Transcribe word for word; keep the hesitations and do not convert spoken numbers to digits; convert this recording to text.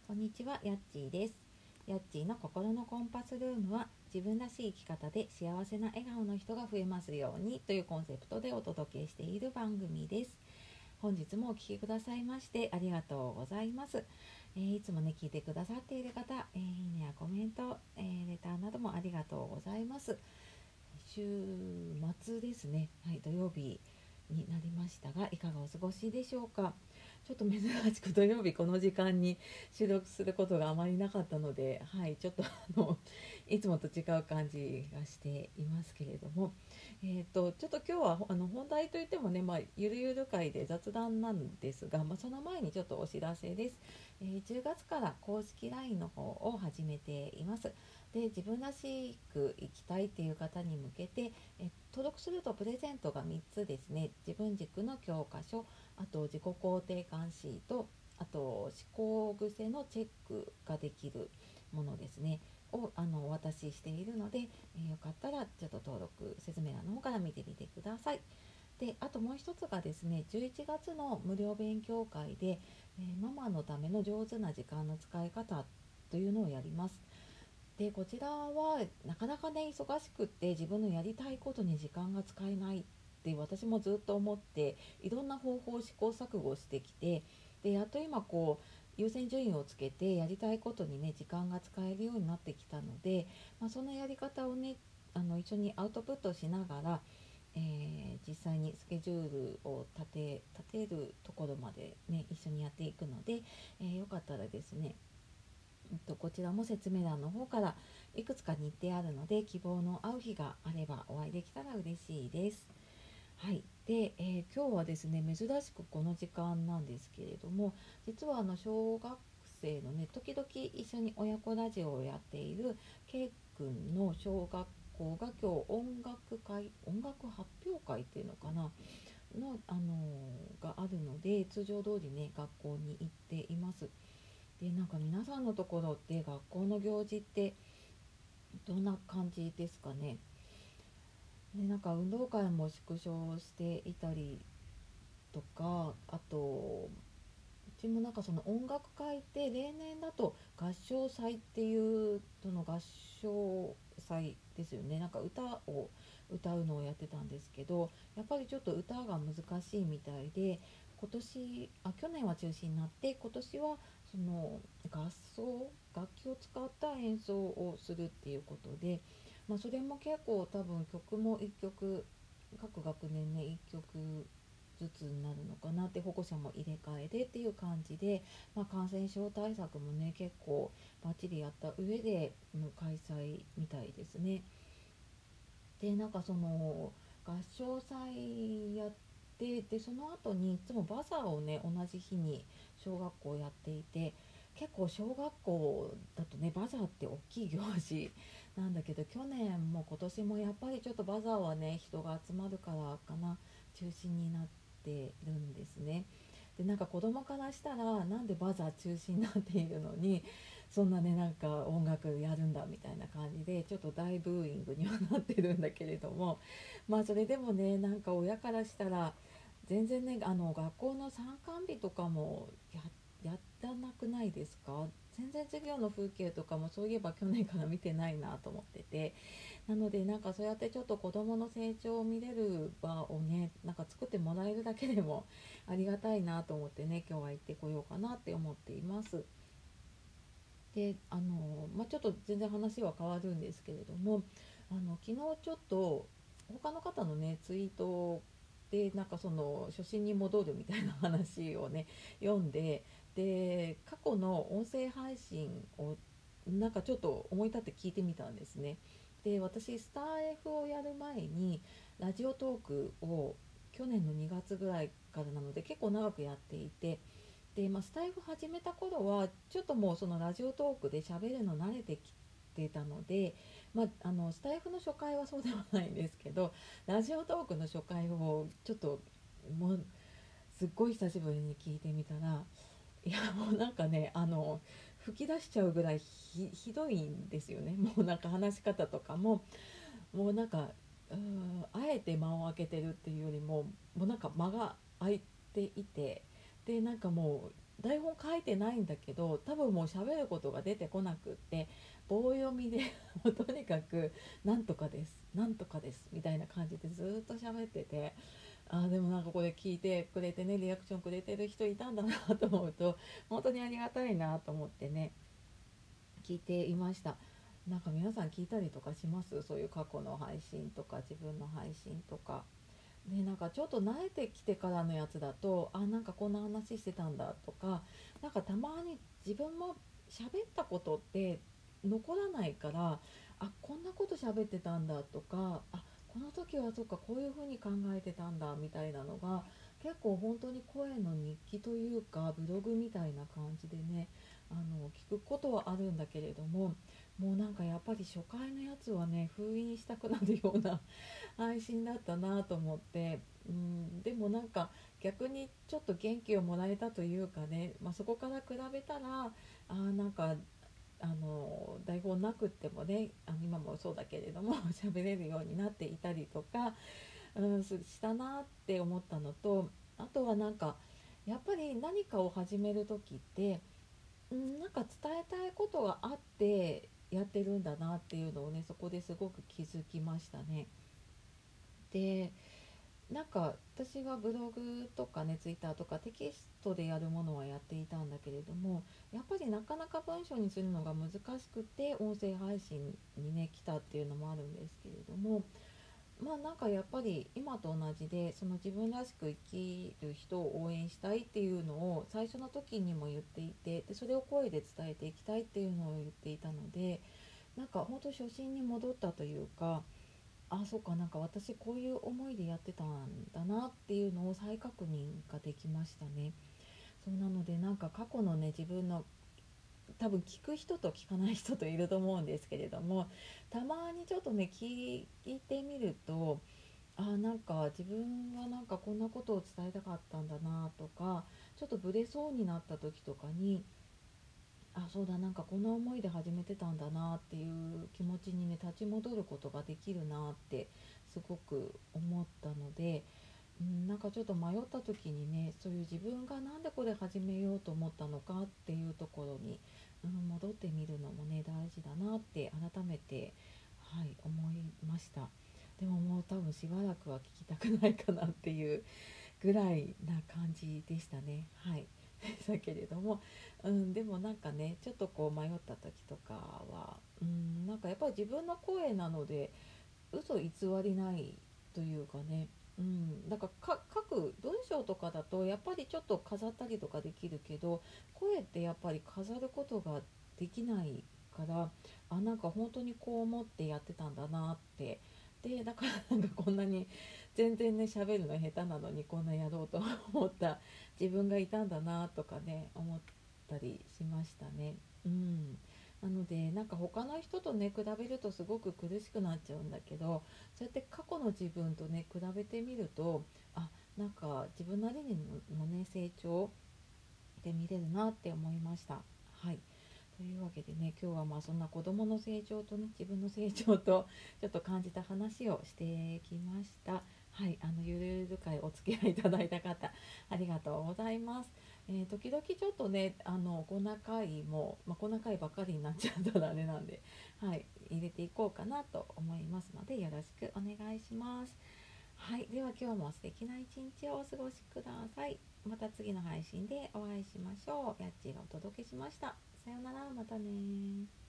こんにちは、やっちーです。やっちーの心のコンパスルームは、自分らしい生き方で幸せな笑顔の人が増えますようにというコンセプトでお届けしている番組です。本日もお聞きくださいましてありがとうございます。えーいつもね聞いてくださっている方、えーいいねやコメント、えーレターなどもありがとうございます。週末ですね、はい、土曜日になりましたが、いかがお過ごしでしょうか。ちょっと珍しく土曜日この時間に収録することがあまりなかったので、はい、ちょっとあのいつもと違う感じがしていますけれども、えー、とちょっと今日はあの本題といってもね、まあ、ゆるゆる会で雑談なんですが、まあ、その前にちょっとお知らせです。えーじゅうがつから公式 ライン の方を始めています。で、自分らしく生きたいっていう方に向けて、え登録するとプレゼントがみっつですね。自分軸の教科書、あと自己肯定感シート、あと思考癖のチェックができるものですねをあのお渡ししているので、えーよかったらちょっと登録説明欄の方から見てみてください。で、あともう一つがですね、じゅういちがつの無料勉強会で、えーママのための上手な時間の使い方というのをやります。で、こちらはなかなかね忙しくって自分のやりたいことに時間が使えないって私もずっと思って、いろんな方法を試行錯誤してきて、でやっと今こう優先順位をつけてやりたいことにね時間が使えるようになってきたので、まあ、そのやり方をねあの一緒にアウトプットしながら、えー実際にスケジュールを立て立てるところまでね一緒にやっていくので、えーよかったらですね、えっと、こちらも説明欄の方からいくつか日程あるので、希望の合う日があればお会いできたら嬉しいです。はい。で、えー今日はですね、珍しくこの時間なんですけれども、実はあの小学生のね、時々一緒に親子ラジオをやっている K 君の小学校が今日音楽会、音楽発表会っていうのかなの、あのーがあるので、通常通りね、学校に行っています。で、なんか皆さんのところって学校の行事ってどんな感じですかね。で、なんか運動会も縮小していたりとか、あとうちもなんかその音楽会って例年だと合唱祭っていうその合唱祭ですよね。なんか歌を歌うのをやってたんですけど、やっぱりちょっと歌が難しいみたいで、今年あ去年は中止になって、今年はその合奏楽器を使った演奏をするっていうことで、まあ、それも結構多分曲もいっきょく、各学年ねいっきょくずつになるのかなって、保護者も入れ替えでっていう感じで、まあ、感染症対策もね結構バッチリやった上での開催みたいですね。で、なんかその合唱祭やって、でその後にいつもバザーをね同じ日に小学校やっていて、結構小学校だとねバザーって大きい行事なんだけど、去年も今年もやっぱりちょっとバザーはね人が集まるからかな、中止になってるんですね。で、なんか子供からしたら、なんでバザー中止になっているのにそんなねなんか音楽やるんだみたいな感じで、ちょっと大ブーイングにはなってるんだけれども、まあそれでもねなんか親からしたら全然ね、あの学校の参観日とかもややらなくないですか。全然授業の風景とかもそういえば去年から見てないなと思ってて、なのでなんかそうやってちょっと子どもの成長を見れる場をねなんか作ってもらえるだけでもありがたいなと思ってね、今日は行ってこようかなって思っています。で、あの、まあ、ちょっと全然話は変わるんですけれども、あの昨日ちょっと他の方のねツイートで、なんかその初心に戻るみたいな話をね読んで、で過去の音声配信をなんかちょっと思い立って聞いてみたんですね。で、私スター F をやる前にラジオトークを去年のにがつぐらいからなので結構長くやっていて、で、まあ、スタイフ始めた頃はちょっともうそのラジオトークで喋るの慣れてきてたので、まあ、あのスタイフの初回はそうではないんですけど、ラジオトークの初回をちょっともうすっごい久しぶりに聞いてみたら、いやもうなんかねあの吹き出しちゃうぐらいひひどいんですよね。もうなんか話し方とかももうなんかうーんあえて間を空けてるっていうよりも、もうなんか間が空いていて、でなんかもう台本書いてないんだけど、多分もう喋ることが出てこなくって、棒読みでもうとにかくなんとかですなんとかですみたいな感じでずっと喋ってて、あーでもなんかこれ聞いてくれてね、リアクションくれてる人いたんだなと思うと本当にありがたいなと思ってね、聞いていました。なんか皆さん聞いたりとかします？そういう過去の配信とか自分の配信とかね。なんかちょっと慣れてきてからのやつだと、あ、なんかこんな話してたんだとか、なんかたまに自分も喋ったことって残らないから、あ、こんなこと喋ってたんだとか、あ、この時はそっかこういうふうに考えてたんだみたいなのが結構本当に声の日記というかブログみたいな感じでね、あの聞くことはあるんだけれども、もうなんかやっぱり初回のやつはね封印したくなるような配信だったなと思って、うん、でもなんか逆にちょっと元気をもらえたというかね、まあ、そこから比べたらあーなんかあの台本なくってもね、あの今もそうだけれども喋れるようになっていたりとか、うん、したなって思ったのと、あとはなんかやっぱり何かを始める時って、うん、なんか伝えたいことがあってやってるんだなっていうのをね、そこですごく気づきましたね。で、なんか私はブログとかね、ツイッターとかテキストでやるものはやっていたんだけれども、やっぱりなかなか文章にするのが難しくて音声配信にね来たっていうのもあるんですけれども、まあなんかやっぱり今と同じで、その自分らしく生きる人を応援したいっていうのを最初の時にも言っていて、でそれを声で伝えていきたいっていうのを言っていたので、なんか本当初心に戻ったというか、あ、そっか、なんか私こういう思いでやってたんだなっていうのを再確認ができましたね。そうなので、なんか過去のね自分の、多分聞く人と聞かない人といると思うんですけれども、たまにちょっとね聞いてみると、あ、なんか自分はなんかこんなことを伝えたかったんだなとか、ちょっとブレそうになった時とかに、あ、そうだ、なんかこんな思いで始めてたんだなっていう気持ちにね立ち戻ることができるなってすごく思ったので、うん、なんかちょっと迷った時にね、そういう自分がなんでこれ始めようと思ったのかっていうところに、うん、戻ってみるのもね大事だなって改めて、はい、思いました。でももう多分しばらくは聞きたくないかなっていうぐらいな感じでしたね。はい。だけれども、うん、でもなんかねちょっとこう迷った時とかは、うん、なんかやっぱり自分の声なので嘘偽りないというかね、うん、だからか書く文章とかだとやっぱりちょっと飾ったりとかできるけど、声ってやっぱり飾ることができないから、あ、なんか本当にこう思ってやってたんだなって。でだからなんかこんなに全然ね喋るの下手なのにこんなやろうと思った自分がいたんだなとかね思ったりしましたね。うん、なのでなんか他の人とね比べるとすごく苦しくなっちゃうんだけど、そうやって過去の自分とね比べてみると、あ、なんか自分なりのね成長で見れるなって思いました。はい。というわけでね、今日はまあそんな子どもの成長とね自分の成長とちょっと感じた話をしてきました。はい、あのゆるゆる会お付き合いいただいた方ありがとうございます。えー、時々ちょっとねあの細かいも、まあ、細かいばかりになっちゃったらあれなんで、はい、入れていこうかなと思いますのでよろしくお願いします。はい、では今日も素敵な一日をお過ごしください。また次の配信でお会いしましょう。やっちーがお届けしました。さようなら、またね。